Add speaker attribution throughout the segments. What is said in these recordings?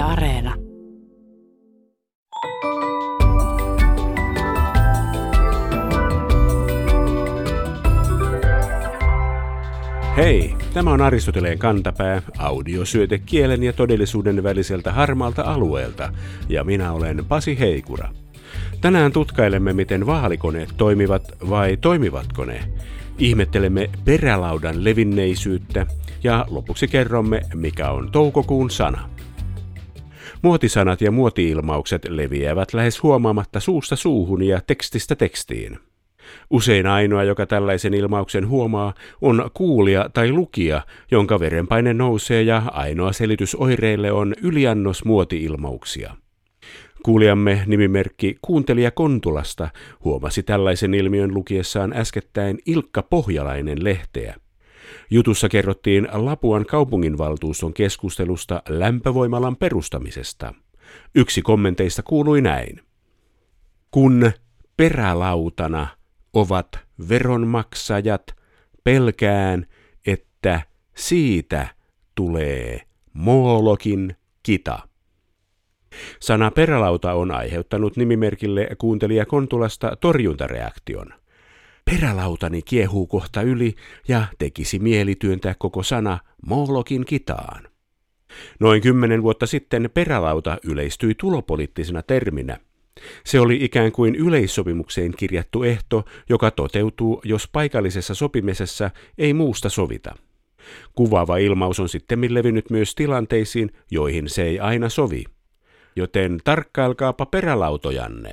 Speaker 1: Areena.
Speaker 2: Hei, tämä on Aristoteleen kantapää, audiosyöte kielen ja todellisuuden väliseltä harmaalta alueelta, ja minä olen Pasi Heikura. Tänään tutkailemme, miten vaalikoneet toimivat vai toimivatko ne. Ihmettelemme perälaudan levinneisyyttä ja lopuksi kerromme, mikä on toukokuun sana. Muotisanat ja muoti-ilmaukset leviävät lähes huomaamatta suusta suuhun ja tekstistä tekstiin. Usein ainoa, joka tällaisen ilmauksen huomaa, on kuulija tai lukija, jonka verenpaine nousee ja ainoa selitys oireille on yliannos muoti-ilmauksia. Kuulijamme nimimerkki Kuuntelija Kontulasta huomasi tällaisen ilmiön lukiessaan äskettäin Ilkka Pohjalainen lehteä. Jutussa kerrottiin Lapuan kaupunginvaltuuston keskustelusta lämpövoimalan perustamisesta. Yksi kommenteista kuului näin. Kun perälautana ovat veronmaksajat, pelkään, että siitä tulee Moolokin kita. Sana perälauta on aiheuttanut nimimerkille Kuuntelija Kontulasta torjuntareaktion. Perälautani kiehuu kohta yli ja tekisi mieli työntää koko sana Moolokin kitaan. Noin 10 vuotta sitten perälauta yleistyi tulopoliittisena terminä. Se oli ikään kuin yleissopimukseen kirjattu ehto, joka toteutuu, jos paikallisessa sopimisessa ei muusta sovita. Kuvaava ilmaus on sittemmin levinnyt myös tilanteisiin, joihin se ei aina sovi. Joten tarkkailkaapa perälautojanne.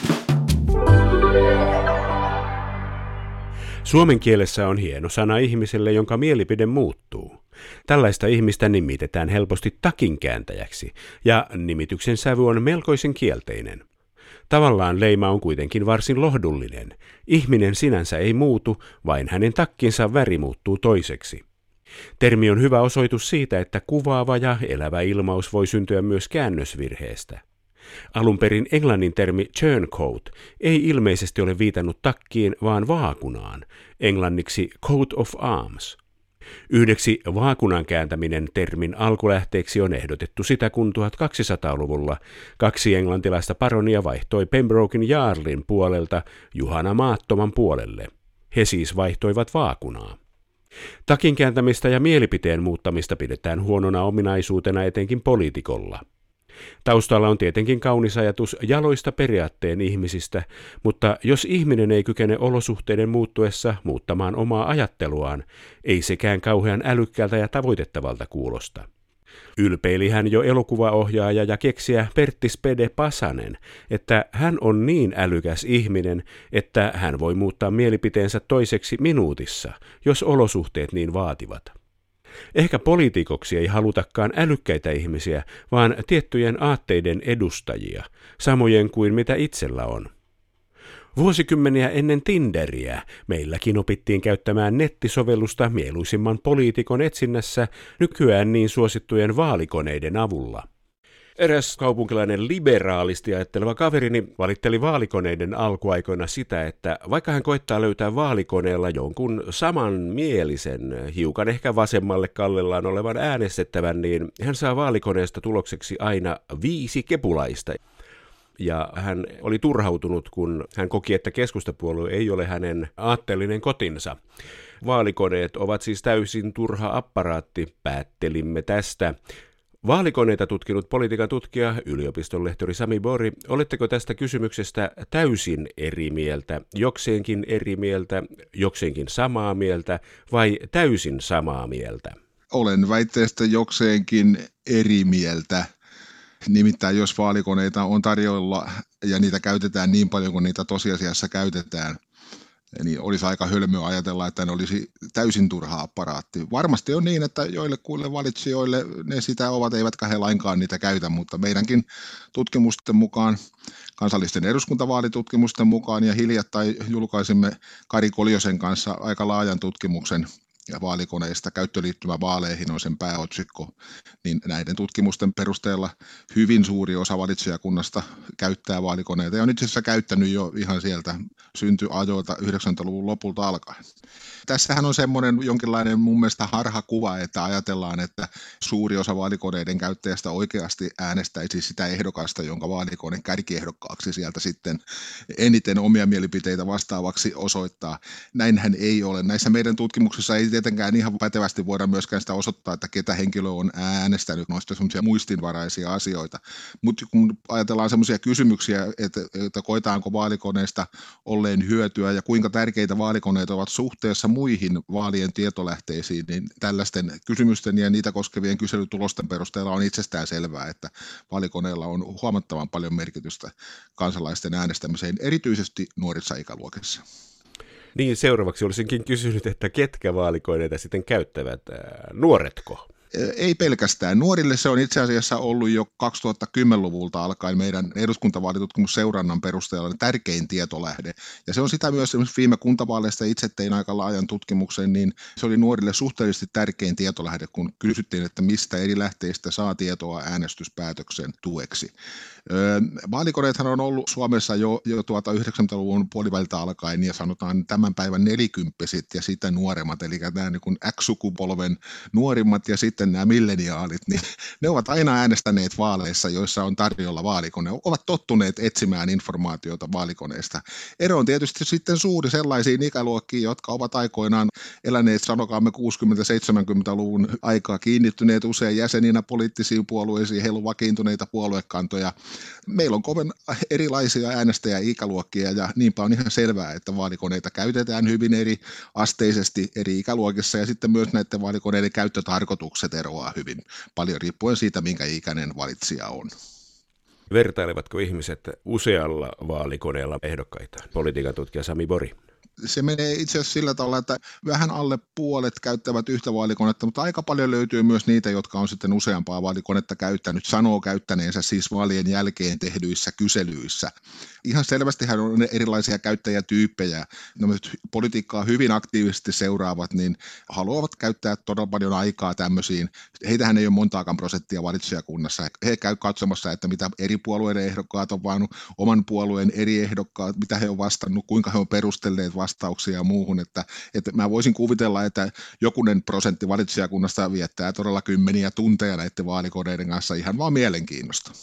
Speaker 2: Suomen kielessä on hieno sana ihmiselle, jonka mielipide muuttuu. Tällaista ihmistä nimitetään helposti takinkääntäjäksi, ja nimityksen sävy on melkoisen kielteinen. Tavallaan leima on kuitenkin varsin lohdullinen. Ihminen sinänsä ei muutu, vain hänen takkinsa väri muuttuu toiseksi. Termi on hyvä osoitus siitä, että kuvaava ja elävä ilmaus voi syntyä myös käännösvirheestä. Alun perin englannin termi turncoat ei ilmeisesti ole viitannut takkiin, vaan vaakunaan, englanniksi coat of arms. Yhdeksi vaakunan kääntäminen termin alkulähteeksi on ehdotettu sitä, kun 1200-luvulla 2 englantilaista paronia vaihtoi Pembroken Jarlin puolelta Juhana Maattoman puolelle. He siis vaihtoivat vaakunaa. Takin kääntämistä ja mielipiteen muuttamista pidetään huonona ominaisuutena etenkin poliitikolla. Taustalla on tietenkin kaunis ajatus jaloista periaatteen ihmisistä, mutta jos ihminen ei kykene olosuhteiden muuttuessa muuttamaan omaa ajatteluaan, ei sekään kauhean älykkäältä ja tavoitettavalta kuulosta. Ylpeili hän jo elokuvaohjaaja ja keksijä Pertti Spede Pasanen, että hän on niin älykäs ihminen, että hän voi muuttaa mielipiteensä toiseksi minuutissa, jos olosuhteet niin vaativat. Ehkä poliitikoksi ei halutakaan älykkäitä ihmisiä, vaan tiettyjen aatteiden edustajia, samojen kuin mitä itsellä on. Vuosikymmeniä ennen Tinderiä meilläkin opittiin käyttämään nettisovellusta mieluisimman poliitikon etsinnässä nykyään niin suosittujen vaalikoneiden avulla. Eräs kaupunkilainen liberaalisti ajatteleva kaverini valitteli vaalikoneiden alkuaikoina sitä, että vaikka hän koettaa löytää vaalikoneella jonkun samanmielisen, hiukan ehkä vasemmalle kallellaan olevan äänestettävän, niin hän saa vaalikoneesta tulokseksi aina 5 kepulaista. Ja hän oli turhautunut, kun hän koki, että keskustapuolue ei ole hänen aatteellinen kotinsa. Vaalikoneet ovat siis täysin turha apparaatti, päättelimme tästä. Vaalikoneita tutkinut politiikan tutkija, yliopiston lehtori Sami Borg, oletteko tästä kysymyksestä täysin eri mieltä, jokseenkin samaa mieltä vai täysin samaa mieltä?
Speaker 3: Olen väitteestä jokseenkin eri mieltä. Nimittäin jos vaalikoneita on tarjolla ja niitä käytetään niin paljon kuin niitä tosiasiassa käytetään, niin olisi aika hölmöä ajatella, että ne olisi täysin turha apparaatti. Varmasti on niin, että joillekuille valitsijoille ne sitä ovat, eivätkä he lainkaan niitä käytä, mutta meidänkin tutkimusten mukaan, kansallisten eduskuntavaalitutkimusten mukaan, ja hiljattain julkaisimme Kari Koljosen kanssa aika laajan tutkimuksen ja vaalikoneista käyttöliittymä vaaleihin on sen pääotsikko, niin näiden tutkimusten perusteella hyvin suuri osa valitsijakunnasta käyttää vaalikoneita ja on itse asiassa käyttänyt jo ihan sieltä syntyajoilta 90-luvun lopulta alkaen. Tässähän on semmoinen jonkinlainen mun mielestä harhakuva, että ajatellaan, että suuri osa vaalikoneiden käyttäjästä oikeasti äänestäisi sitä ehdokasta, jonka vaalikone kärkiehdokkaaksi sieltä sitten eniten omia mielipiteitä vastaavaksi osoittaa. Näinhän ei ole. Näissä meidän tutkimuksissa ei tietenkään ihan pätevästi voida myöskään sitä osoittaa, että ketä henkilö on äänestänyt noista semmoisia muistinvaraisia asioita. Mutta kun ajatellaan semmoisia kysymyksiä, että koetaanko vaalikoneista olleen hyötyä ja kuinka tärkeitä vaalikoneet ovat suhteessa muihin vaalien tietolähteisiin, niin tällaisten kysymysten ja niitä koskevien kyselytulosten perusteella on itsestään selvää, että vaalikoneella on huomattavan paljon merkitystä kansalaisten äänestämiseen, erityisesti nuorissa ikäluokissa.
Speaker 2: Niin, seuraavaksi olisinkin kysynyt, että ketkä vaalikoneita sitten käyttävät, nuoretko?
Speaker 3: Ei pelkästään. Nuorille se on itse asiassa ollut jo 2010-luvulta alkaen meidän eduskuntavaalitutkimusseurannan perusteella tärkein tietolähde. Ja se on sitä myös viime kuntavaaleista itse tein aika laajan tutkimuksen, niin se oli nuorille suhteellisesti tärkein tietolähde, kun kysyttiin, että mistä eri lähteistä saa tietoa äänestyspäätöksen tueksi. Vaalikoneethan on ollut Suomessa jo 90-luvun puoliväliltä alkaen ja sanotaan tämän päivän 40-sit ja sitä nuoremmat, eli nämä niin X-sukupolven nuorimmat ja sitten nämä milleniaalit, niin ne ovat aina äänestäneet vaaleissa, joissa on tarjolla vaalikone, ovat tottuneet etsimään informaatiota vaalikoneesta. Ero on tietysti sitten suuri sellaisiin ikäluokkiin, jotka ovat aikoinaan eläneet, sanokaamme 60-70-luvun aikaa, kiinnittyneet usein jäseninä poliittisiin puolueisiin, heillä on vakiintuneita puoluekantoja. Meillä on kovin erilaisia äänestäjäikäluokkia ja niinpä on ihan selvää, että vaalikoneita käytetään hyvin eri asteisesti eri ikäluokissa ja sitten myös näiden vaalikoneiden käyttötarkoitukset eroaa hyvin paljon riippuen siitä, minkä ikäinen valitsija on.
Speaker 2: Vertailevatko ihmiset usealla vaalikoneella ehdokkaita? Politiikan tutkija Sami Borg.
Speaker 3: Se menee itse asiassa sillä tavalla, että vähän alle puolet käyttävät yhtä vaalikonetta, mutta aika paljon löytyy myös niitä, jotka on sitten useampaa vaalikonetta käyttänyt, sanoo käyttäneensä siis vaalien jälkeen tehdyissä kyselyissä. Ihan selvästihän on erilaisia käyttäjätyyppejä. Politiikkaa hyvin aktiivisesti seuraavat, niin haluavat käyttää todella paljon aikaa tämmöisiin. Heitähän ei ole montaakaan prosenttia valitsijakunnassa. He käy katsomassa, että mitä eri puolueiden ehdokkaat on vannut, oman puolueen eri ehdokkaat, mitä he on vastannut, kuinka he on perustelleet vastauksia ja muuhun. Että mä voisin kuvitella, että jokunen prosentti valitsijakunnasta viettää todella kymmeniä tunteja näiden vaalikoneiden kanssa ihan vaan mielenkiinnosta.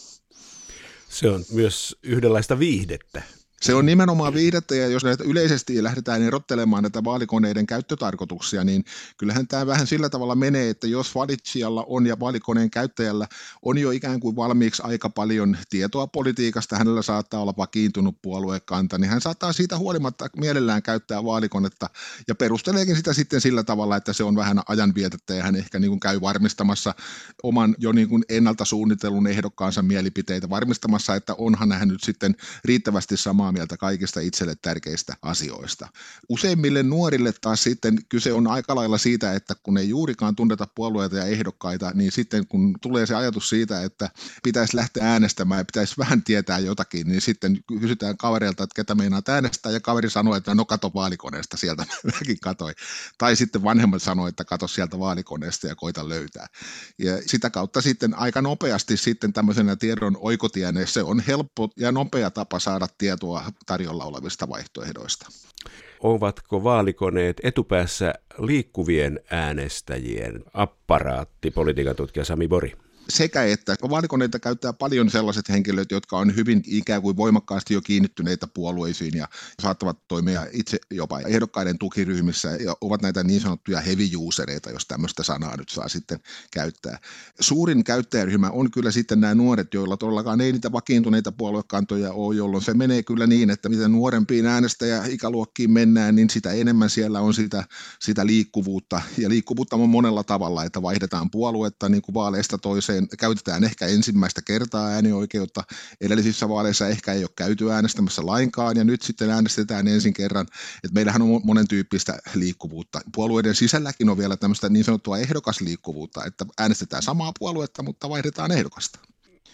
Speaker 2: Se on myös yhdenlaista viihdettä.
Speaker 3: Se on nimenomaan viihdettä, ja jos näitä yleisesti lähdetään erottelemaan näitä vaalikoneiden käyttötarkoituksia, niin kyllähän tämä vähän sillä tavalla menee, että jos valitsijalla on ja vaalikoneen käyttäjällä on jo ikään kuin valmiiksi aika paljon tietoa politiikasta, hänellä saattaa olla vakiintunut puoluekanta, niin hän saattaa siitä huolimatta mielellään käyttää vaalikonetta ja perusteleekin sitä sitten sillä tavalla, että se on vähän ajanvietettä ja hän ehkä niin kuin käy varmistamassa oman jo niin kuin ennalta suunnitellun ehdokkaansa mielipiteitä, varmistamassa, että onhan hän nyt sitten riittävästi samaa mieltä kaikista itselle tärkeistä asioista. Useimmille nuorille taas sitten kyse on aika lailla siitä, että kun ei juurikaan tunneta puolueita ja ehdokkaita, niin sitten kun tulee se ajatus siitä, että pitäisi lähteä äänestämään ja pitäisi vähän tietää jotakin, niin sitten kysytään kavereilta, että ketä meinaat äänestää, ja kaveri sanoo, että no kato vaalikoneesta, sieltä mäkin katoin. Tai sitten vanhemmat sanoo, että kato sieltä vaalikoneesta ja koita löytää. Ja sitä kautta sitten aika nopeasti sitten tämmöisenä tiedon oikotienä se on helppo ja nopea tapa saada tietoa tarjolla olevista vaihtoehdoista.
Speaker 2: Ovatko vaalikoneet etupäässä liikkuvien äänestäjien apparaatti, politiikan tutkija Sami Borg?
Speaker 3: Sekä että vaalikoneita käyttää paljon sellaiset henkilöt, jotka on hyvin ikään kuin voimakkaasti jo kiinnittyneitä puolueisiin ja saattavat toimia itse jopa ehdokkaiden tukiryhmissä ja ovat näitä niin sanottuja heavy usereita, jos tämmöistä sanaa nyt saa sitten käyttää. Suurin käyttäjäryhmä on kyllä sitten nämä nuoret, joilla todellakaan ei niitä vakiintuneita puoluekantoja ole, jolloin se menee kyllä niin, että mitä nuorempiin äänestäjäikäluokkiin mennään, niin sitä enemmän siellä on sitä liikkuvuutta. Ja liikkuvuutta on monella tavalla, että vaihdetaan puoluetta niin kuin vaaleista toiseen, käytetään ehkä ensimmäistä kertaa äänioikeutta, edellisissä vaaleissa ehkä ei ole käyty äänestämässä lainkaan, ja nyt sitten äänestetään ensin kerran, että meillähän on monen tyyppistä liikkuvuutta. Puolueiden sisälläkin on vielä tämmöistä niin sanottua ehdokasliikkuvuutta, että äänestetään samaa puoluetta, mutta vaihdetaan ehdokasta.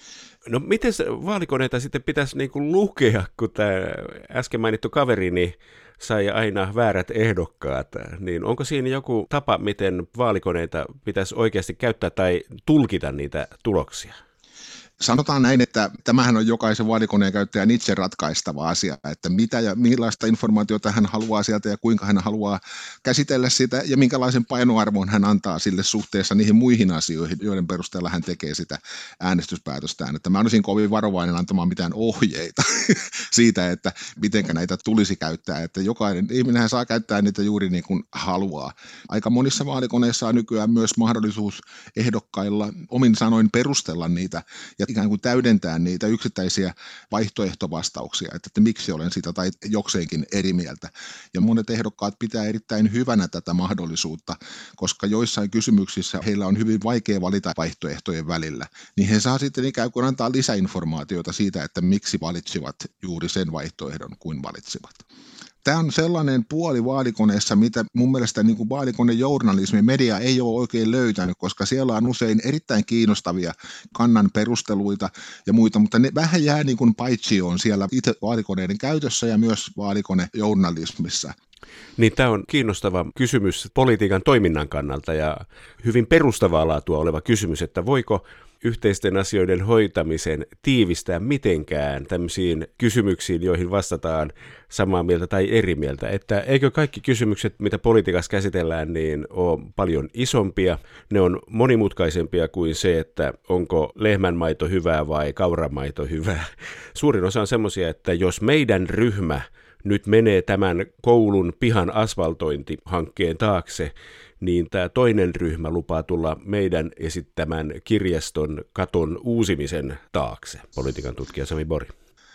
Speaker 2: No miten vaalikoneita sitten pitäisi niin kuin lukea, kun tämä äsken mainittu kaverini sai aina väärät ehdokkaat, niin onko siinä joku tapa, miten vaalikoneita pitäisi oikeasti käyttää tai tulkita niitä tuloksia?
Speaker 3: Sanotaan näin, että tämähän on jokaisen vaalikoneen käyttäjän itse ratkaistava asia, että mitä ja millaista informaatiota hän haluaa sieltä ja kuinka hän haluaa käsitellä sitä ja minkälaisen painoarvon hän antaa sille suhteessa niihin muihin asioihin, joiden perusteella hän tekee sitä äänestyspäätöstään. Että mä olisin kovin varovainen antamaan mitään ohjeita siitä, että miten näitä tulisi käyttää, että jokainen ihminenhän saa käyttää niitä juuri niin kuin haluaa. Aika monissa vaalikoneissa on nykyään myös mahdollisuus ehdokkailla omin sanoin perustella niitä ja ikään kuin täydentää niitä yksittäisiä vaihtoehtovastauksia, että miksi olen sitä tai jokseenkin eri mieltä. Ja monet ehdokkaat pitää erittäin hyvänä tätä mahdollisuutta, koska joissain kysymyksissä heillä on hyvin vaikea valita vaihtoehtojen välillä, niin he saa sitten ikään kuin antaa lisäinformaatiota siitä, että miksi valitsivat juuri sen vaihtoehdon kuin valitsivat. Tämä on sellainen puoli vaalikoneessa, mitä mun mielestä niin kuin vaalikonejournalismi, media ei ole oikein löytänyt, koska siellä on usein erittäin kiinnostavia kannan perusteluita ja muita, mutta ne vähän jää niin kuin paitsioon siellä itse vaalikoneiden käytössä ja myös vaalikonejournalismissa.
Speaker 2: Niin tämä on kiinnostava kysymys politiikan toiminnan kannalta ja hyvin perustavaa laatua oleva kysymys, että voiko yhteisten asioiden hoitamisen tiivistää mitenkään tämmöisiin kysymyksiin, joihin vastataan samaa mieltä tai eri mieltä, että eikö kaikki kysymykset, mitä politiikassa käsitellään, niin ole paljon isompia, ne on monimutkaisempia kuin se, että onko lehmänmaito hyvää vai kauranmaito hyvää. Suurin osa on semmoisia, että jos meidän ryhmä nyt menee tämän koulun pihan asfaltointihankkeen taakse, niin tämä toinen ryhmä lupaa tulla meidän esittämän kirjaston katon uusimisen taakse. Politiikan tutkija Sami Borg.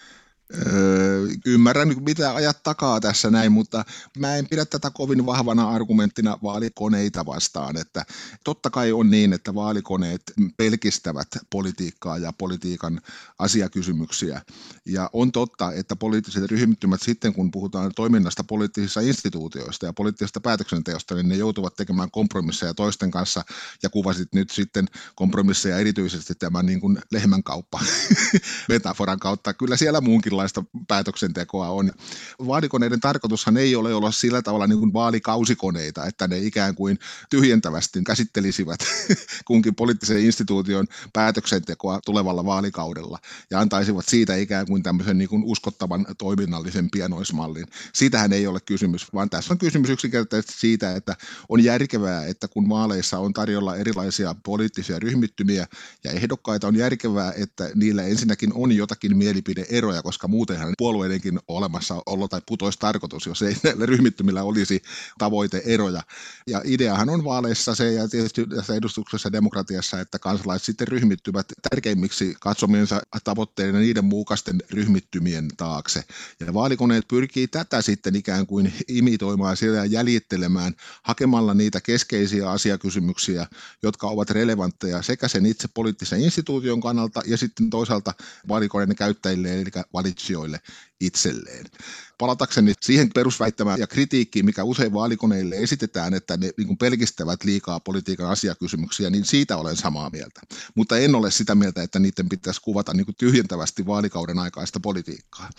Speaker 3: Ymmärrän, mitä ajat takaa tässä näin, mutta mä en pidä tätä kovin vahvana argumenttina vaalikoneita vastaan, että totta kai on niin, että vaalikoneet pelkistävät politiikkaa ja politiikan asiakysymyksiä, ja on totta, että poliittiset ryhmittymät sitten, kun puhutaan toiminnasta poliittisissa instituutioista ja poliittisesta päätöksenteosta, niin ne joutuvat tekemään kompromisseja toisten kanssa, ja kuvasit nyt sitten kompromisseja erityisesti tämän niin kuin lehmänkauppa metaforan kautta, kyllä siellä muunkin päätöksentekoa on. Vaalikoneiden tarkoitushan ei ole olla sillä tavalla niin kuin vaalikausikoneita, että ne ikään kuin tyhjentävästi käsittelisivät kunkin poliittisen instituution päätöksentekoa tulevalla vaalikaudella ja antaisivat siitä ikään kuin tämmöisen niin kuin uskottavan toiminnallisen pienoismallin. Siitähän ei ole kysymys, vaan tässä on kysymys yksinkertaisesti siitä, että on järkevää, että kun vaaleissa on tarjolla erilaisia poliittisia ryhmittymiä ja ehdokkaita, on järkevää, että niillä ensinnäkin on jotakin mielipide-eroja, koska muutenhan puolueidenkin olemassaolo tai putoisi tarkoitus, jos ei näillä ryhmittymillä olisi tavoite-eroja. Ja ideahan on vaaleissa se, ja tietysti tässä edustuksessa demokratiassa, että kansalaiset sitten ryhmittyvät tärkeimmiksi katsomiensa tavoitteiden ja niiden mukaisten ryhmittymien taakse. Ja vaalikoneet pyrkii tätä sitten ikään kuin imitoimaan siellä ja jäljittelemään hakemalla niitä keskeisiä asiakysymyksiä, jotka ovat relevantteja sekä sen itse poliittisen instituution kannalta ja sitten toisaalta vaalikoneiden käyttäjille eli valitsijoille itselleen. Palatakseni siihen perusväittämään ja kritiikkiin, mikä usein vaalikoneille esitetään, että ne niin kuin pelkistävät liikaa politiikan asiakysymyksiä, niin siitä olen samaa mieltä. Mutta en ole sitä mieltä, että niiden pitäisi kuvata niin kuin tyhjentävästi vaalikauden aikaista politiikkaa.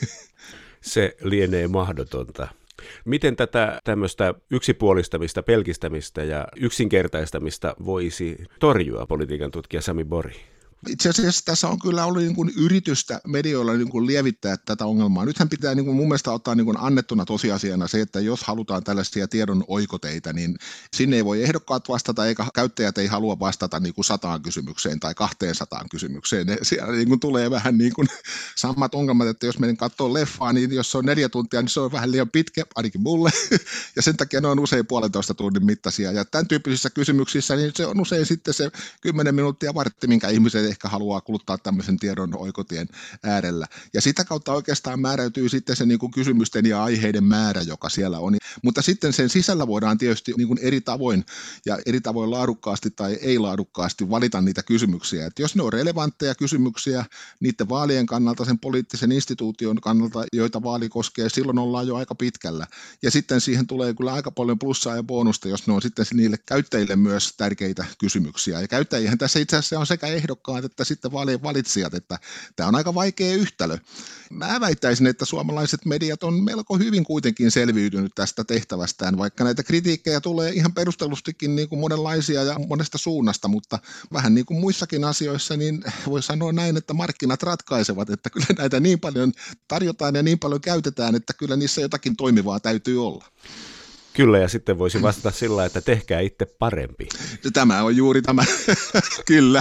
Speaker 2: Se lienee mahdotonta. Miten tätä tämmöistä yksipuolistamista, pelkistämistä ja yksinkertaistamista voisi torjua politiikan tutkija Sami Borg?
Speaker 3: Itse asiassa tässä on kyllä ollut niin kuin yritystä medioilla niin kuin lievittää tätä ongelmaa. Nythän pitää niin kuin mun mielestä ottaa niin kuin annettuna tosiasiana se, että jos halutaan tällaisia tiedon oikoteita, niin sinne ei voi ehdokkaat vastata, eikä käyttäjät ei halua vastata niin kuin 100 kysymykseen tai 200 kysymykseen. Siellä niin kuin tulee vähän niin kuin samat ongelmat, että jos menen katsoa leffaa, niin jos se on 4 tuntia, niin se on vähän liian pitkä, ainakin mulle. Ja sen takia ne on usein 1,5 tunnin mittaisia. Ja tämän tyyppisissä kysymyksissä, niin se on usein sitten se 10 minuuttia vartti, minkä ihmiset ehkä haluaa kuluttaa tämmöisen tiedon oikotien äärellä. Ja sitä kautta oikeastaan määräytyy sitten se niin kuin kysymysten ja aiheiden määrä, joka siellä on. Mutta sitten sen sisällä voidaan tietysti niin kuin eri tavoin ja eri tavoin laadukkaasti tai ei laadukkaasti valita niitä kysymyksiä. Että jos ne on relevantteja kysymyksiä niiden vaalien kannalta, sen poliittisen instituution kannalta, joita vaali koskee, silloin ollaan jo aika pitkällä. Ja sitten siihen tulee kyllä aika paljon plussaa ja bonusta, jos ne on sitten niille käyttäjille myös tärkeitä kysymyksiä. Ja käyttäjiähän tässä itse asiassa on sekä ehdokkaat että sitten vaalien valitsijat, että tämä on aika vaikea yhtälö. Mä väittäisin, että suomalaiset mediat on melko hyvin kuitenkin selviytynyt tästä tehtävästään, vaikka näitä kritiikkejä tulee ihan perustellustikin niin kuin monenlaisia ja monesta suunnasta, mutta vähän niin kuin muissakin asioissa, niin voi sanoa näin, että markkinat ratkaisevat, että kyllä näitä niin paljon tarjotaan ja niin paljon käytetään, että kyllä niissä jotakin toimivaa täytyy olla.
Speaker 2: Kyllä, ja sitten voisi vastata sillä, että tehkää itse parempi.
Speaker 3: Tämä on juuri tämä, kyllä.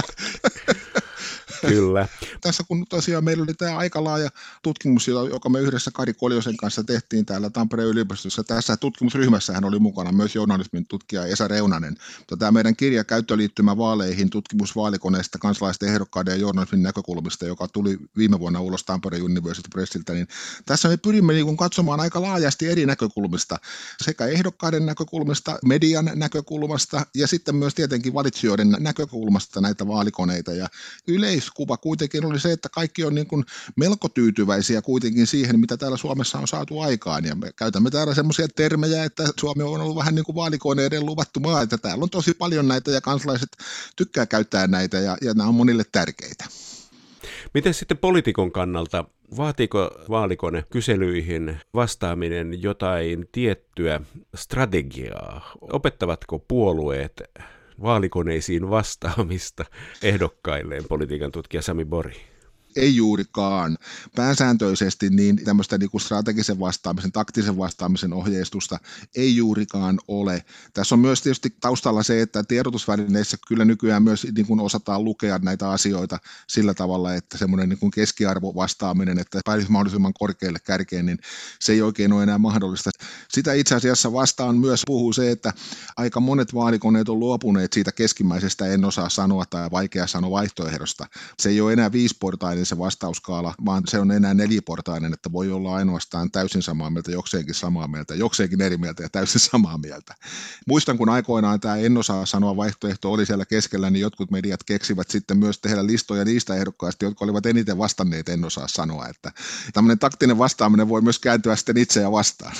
Speaker 2: Kyllä.
Speaker 3: Tässä kun tosiaan meillä oli tämä aika laaja tutkimus, joka me yhdessä Kari Koljosen kanssa tehtiin täällä Tampereen yliopistossa. Tässä tutkimusryhmässähän oli mukana myös journalismin tutkija Esa Reunanen. Tämä meidän kirja Käyttöliittymä vaaleihin, tutkimus vaalikoneesta kansalaisten ehdokkaiden ja journalismin näkökulmista, joka tuli viime vuonna ulos Tampereen University Pressiltä, niin tässä me pyrimme niin katsomaan aika laajasti eri näkökulmista, sekä ehdokkaiden näkökulmasta, median näkökulmasta ja sitten myös tietenkin valitsijoiden näkökulmasta näitä vaalikoneita. Ja yleiskuva kuitenkin oli se, että kaikki on niin kuin melko tyytyväisiä kuitenkin siihen, mitä täällä Suomessa on saatu aikaan. Ja me käytämme täällä semmoisia termejä, että Suomi on ollut vähän niin kuin vaalikoneiden luvattu maa, että täällä on tosi paljon näitä ja kansalaiset tykkää käyttää näitä ja nämä on monille tärkeitä.
Speaker 2: Miten sitten poliitikon kannalta, vaatiiko vaalikone kyselyihin vastaaminen jotain tiettyä strategiaa? Opettavatko puolueet vaalikoneisiin vastaamista ehdokkailleen, politiikan tutkija Sami Borg?
Speaker 3: Ei juurikaan. Pääsääntöisesti niin tämmöistä niin kuin strategisen vastaamisen, taktisen vastaamisen ohjeistusta ei juurikaan ole. Tässä on myös tietysti taustalla se, että tiedotusvälineissä kyllä nykyään myös niin kuin osataan lukea näitä asioita sillä tavalla, että semmoinen niin kuin keskiarvo vastaaminen, että pääsisi mahdollisimman korkealle kärkeen, niin se ei oikein ole enää mahdollista. Sitä itse asiassa vastaan myös puhuu se, että aika monet vaalikoneet on luopuneet siitä keskimmäisestä en osaa sanoa tai vaikea sanoa vaihtoehdosta. Se ei ole enää 5-portainen se vastauskaala, vaan se on enää 4-portainen, että voi olla ainoastaan täysin samaa mieltä, jokseenkin samaa mieltä, jokseenkin eri mieltä ja täysin samaa mieltä. Muistan, kun aikoinaan tämä en osaa sanoa vaihtoehto oli siellä keskellä, niin jotkut mediat keksivät sitten myös tehdä listoja niistä ehdokkaista, jotka olivat eniten vastanneet en osaa sanoa, että tämmöinen taktinen vastaaminen voi myös kääntyä sitten itseä vastaan.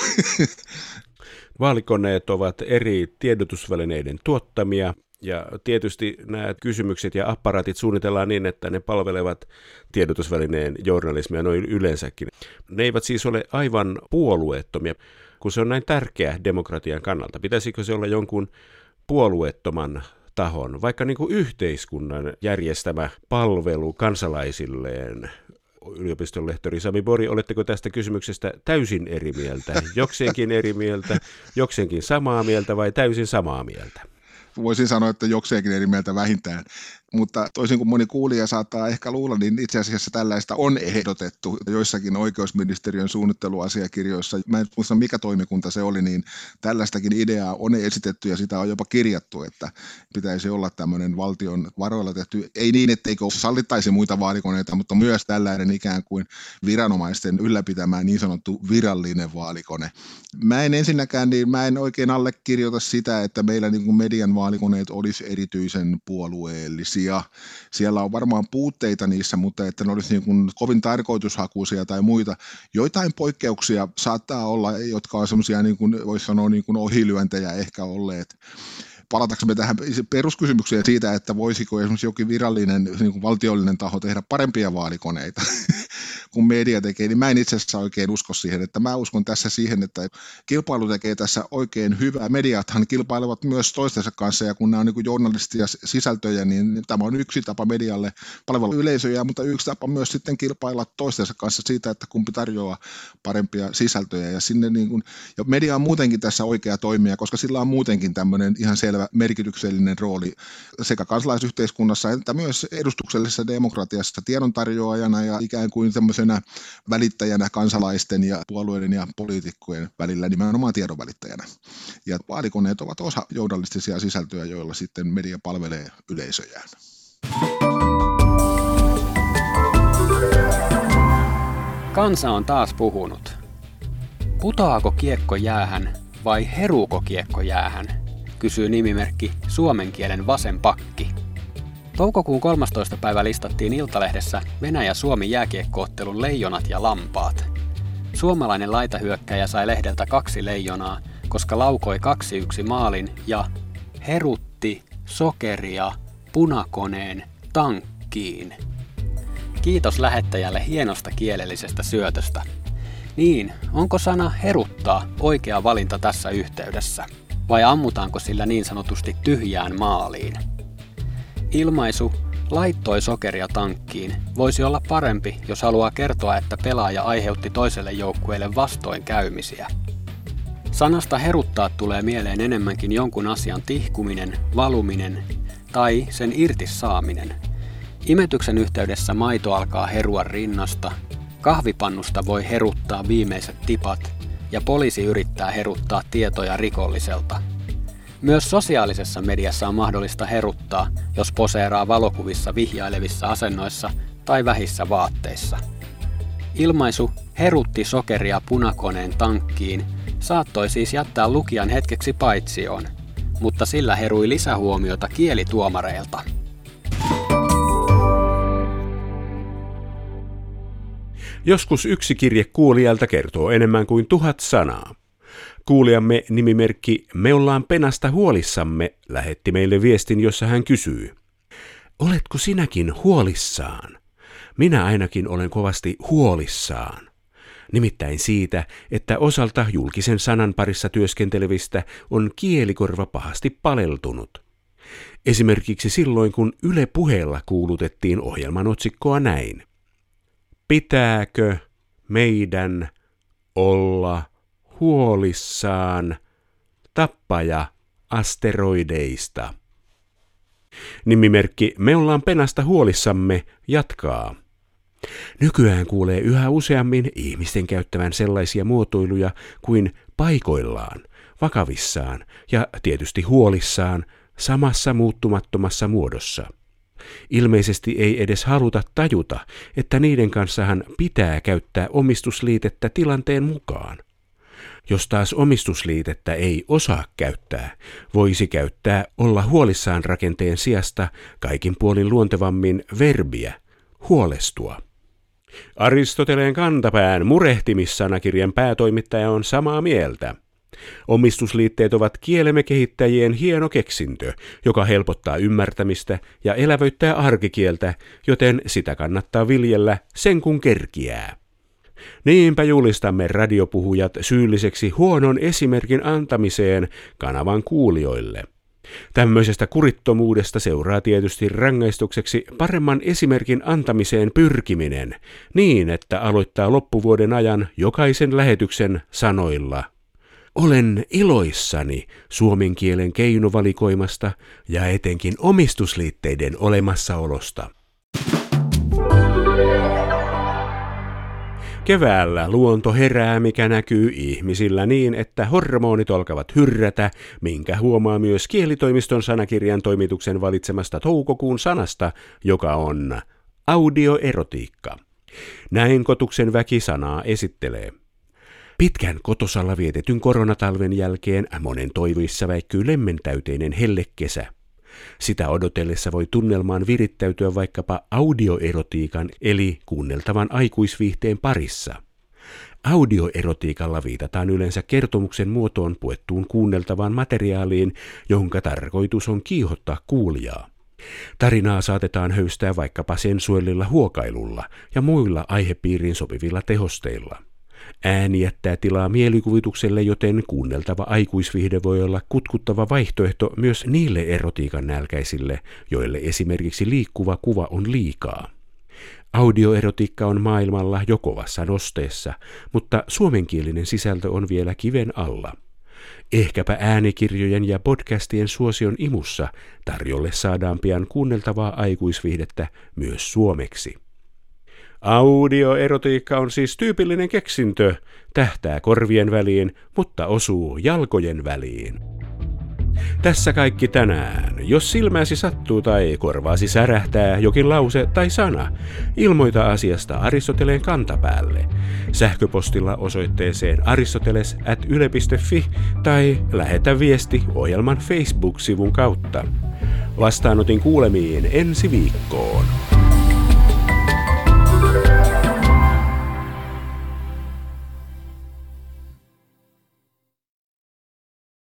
Speaker 2: Vaalikoneet ovat eri tiedotusvälineiden tuottamia. Ja tietysti nämä kysymykset ja apparaatit suunnitellaan niin, että ne palvelevat tiedotusvälineen journalismia noin yleensäkin. Ne eivät siis ole aivan puolueettomia, kun se on näin tärkeä demokratian kannalta. Pitäisikö se olla jonkun puolueettoman tahon, vaikka niin kuin yhteiskunnan järjestämä palvelu kansalaisilleen? Yliopiston lehtori Sami Borg, oletteko tästä kysymyksestä täysin eri mieltä, jokseenkin eri mieltä, jokseenkin samaa mieltä vai täysin samaa mieltä?
Speaker 3: Voisin sanoa, että jokseenkin eri mieltä vähintään, mutta toisin kuin moni kuulija saattaa ehkä luulla, niin itse asiassa tällaista on ehdotettu joissakin oikeusministeriön suunnitteluasiakirjoissa. Mä en muista mikä toimikunta se oli, niin tällaistakin ideaa on esitetty ja sitä on jopa kirjattu, että pitäisi olla tämmöinen valtion varoilla tehty, ei niin, etteikö sallittaisi muita vaalikoneita, mutta myös tällainen ikään kuin viranomaisten ylläpitämä niin sanottu virallinen vaalikone. Mä en oikein allekirjoita sitä, että meillä niin kuin median vaalikoneet olisi erityisen puolueellisia. Siellä on varmaan puutteita niissä, mutta että ne olisi niin kuin kovin tarkoitushakuisia tai muita. Joitain poikkeuksia saattaa olla, jotka on semmoisia, niin kuin voisi sanoa, niin kuin ohilyöntejä ehkä olleet. Palataanko tähän peruskysymykseen siitä, että voisiko esimerkiksi jokin virallinen niin kuin valtiollinen taho tehdä parempia vaalikoneita kuin media tekee, niin mä en itse asiassa oikein usko siihen, että mä uskon tässä siihen, että kilpailu tekee tässä oikein hyvää. Mediathan kilpailevat myös toistensa kanssa, ja kun nämä on niin kuin journalistia sisältöjä, niin tämä on yksi tapa medialle palvella yleisöjä, mutta yksi tapa myös sitten kilpailla toistensa kanssa siitä, että kumpi tarjoaa parempia sisältöjä, ja sinne niin kuin, ja media on muutenkin tässä oikea toimija, koska sillä on muutenkin tämmöinen ihan selvä merkityksellinen rooli sekä kansalaisyhteiskunnassa että myös edustuksellisessa demokratiassa tiedontarjoajana ja ikään kuin tämmöisenä välittäjänä kansalaisten ja puolueiden ja poliitikkojen välillä, nimenomaan tiedonvälittäjänä. Ja vaalikoneet ovat osa journalistisia sisältöjä, joilla sitten media palvelee yleisöjään.
Speaker 1: Kansa on taas puhunut. Putoako kiekko jäähän vai heruuko kiekko jäähän? Kysyy nimimerkki Suomen kielen vasen pakki. Toukokuun 13. päivä listattiin Iltalehdessä Venäjä-Suomi jääkiekko-ottelun leijonat ja lampaat. Suomalainen laitahyökkäjä sai lehdeltä 2 leijonaa, koska laukoi 2-1 maalin ja herutti sokeria punakoneen tankkiin. tankkiin. Kiitos lähettäjälle hienosta kielellisestä syötöstä. Niin, onko sana heruttaa oikea valinta tässä yhteydessä? Vai ammutaanko sillä niin sanotusti tyhjään maaliin? Ilmaisu laittoi sokeria tankkiin voisi olla parempi, jos haluaa kertoa, että pelaaja aiheutti toiselle joukkueelle vastoinkäymisiä. Sanasta heruttaa tulee mieleen enemmänkin jonkun asian tihkuminen, valuminen tai sen irti saaminen. Imetyksen yhteydessä maito alkaa herua rinnasta, kahvipannusta voi heruttaa viimeiset tipat ja poliisi yrittää heruttaa tietoja rikolliselta. Myös sosiaalisessa mediassa on mahdollista heruttaa, jos poseeraa valokuvissa vihjailevissa asennoissa tai vähissä vaatteissa. Ilmaisu herutti sokeria punakoneen tankkiin saattoi siis jättää lukijan hetkeksi paitsioon, mutta sillä herui lisähuomiota kielituomareilta.
Speaker 2: Joskus yksi kirje kuulijalta kertoo enemmän kuin 1000 sanaa. Kuulijamme nimimerkki Me ollaan penasta huolissamme lähetti meille viestin, jossa hän kysyy: Oletko sinäkin huolissaan? Minä ainakin olen kovasti huolissaan. Nimittäin siitä, että osalta julkisen sanan parissa työskentelevistä on kielikorva pahasti paleltunut. Esimerkiksi silloin, kun Yle Puheella kuulutettiin ohjelman otsikkoa näin: Pitääkö meidän olla huolissaan tappaja-asteroideista? Nimimerkki Me ollaan penasta huolissamme jatkaa: Nykyään kuulee yhä useammin ihmisten käyttävän sellaisia muotoiluja kuin paikoillaan, vakavissaan ja tietysti huolissaan samassa muuttumattomassa muodossa. Ilmeisesti ei edes haluta tajuta, että niiden kanssahan pitää käyttää omistusliitettä tilanteen mukaan. Jos taas omistusliitettä ei osaa käyttää, voisi käyttää olla huolissaan rakenteen sijasta kaikin puolin luontevammin verbiä, huolestua. Aristoteleen kantapään murehtimissanakirjan päätoimittaja on samaa mieltä. Omistusliitteet ovat kielemme kehittäjien hieno keksintö, joka helpottaa ymmärtämistä ja elävöittää arkikieltä, joten sitä kannattaa viljellä sen kun kerkiää. Niinpä julistamme radiopuhujat syylliseksi huonon esimerkin antamiseen kanavan kuulijoille. Tämmöisestä kurittomuudesta seuraa tietysti rangaistukseksi paremman esimerkin antamiseen pyrkiminen, niin että aloittaa loppuvuoden ajan jokaisen lähetyksen sanoilla: Olen iloissani suomen kielen keinovalikoimasta ja etenkin omistusliitteiden olemassaolosta. Keväällä luonto herää, mikä näkyy ihmisillä niin, että hormonit alkavat hyrrätä, minkä huomaa myös Kielitoimiston sanakirjan toimituksen valitsemasta toukokuun sanasta, joka on audioerotiikka. Näin Kotuksen väki sanaa esittelee. Pitkän kotosalla vietetyn koronatalven jälkeen monen toivoissa väikkyy lemmentäyteinen hellekesä. Sitä odotellessa voi tunnelmaan virittäytyä vaikkapa audioerotiikan eli kuunneltavan aikuisviihteen parissa. Audioerotiikalla viitataan yleensä kertomuksen muotoon puettuun kuunneltavaan materiaaliin, jonka tarkoitus on kiihottaa kuulijaa. Tarinaa saatetaan höystää vaikkapa sensuellilla huokailulla ja muilla aihepiiriin sopivilla tehosteilla. Ääni jättää tilaa mielikuvitukselle, joten kuunneltava aikuisviihde voi olla kutkuttava vaihtoehto myös niille erotiikan nälkäisille, joille esimerkiksi liikkuva kuva on liikaa. Audioerotiikka on maailmalla jo kovassa nosteessa, mutta suomenkielinen sisältö on vielä kiven alla. Ehkäpä äänikirjojen ja podcastien suosion imussa tarjolle saadaan pian kuunneltavaa aikuisviihdettä myös suomeksi. Audioerotiikka on siis tyypillinen keksintö, tähtää korvien väliin, mutta osuu jalkojen väliin. Tässä kaikki tänään. Jos silmäsi sattuu tai korvaasi särähtää jokin lause tai sana, ilmoita asiasta Aristoteleen kantapäälle. Sähköpostilla osoitteeseen aristoteles@yle.fi tai lähetä viesti ohjelman Facebook-sivun kautta. Vastaanotin kuulemiin ensi viikkoon.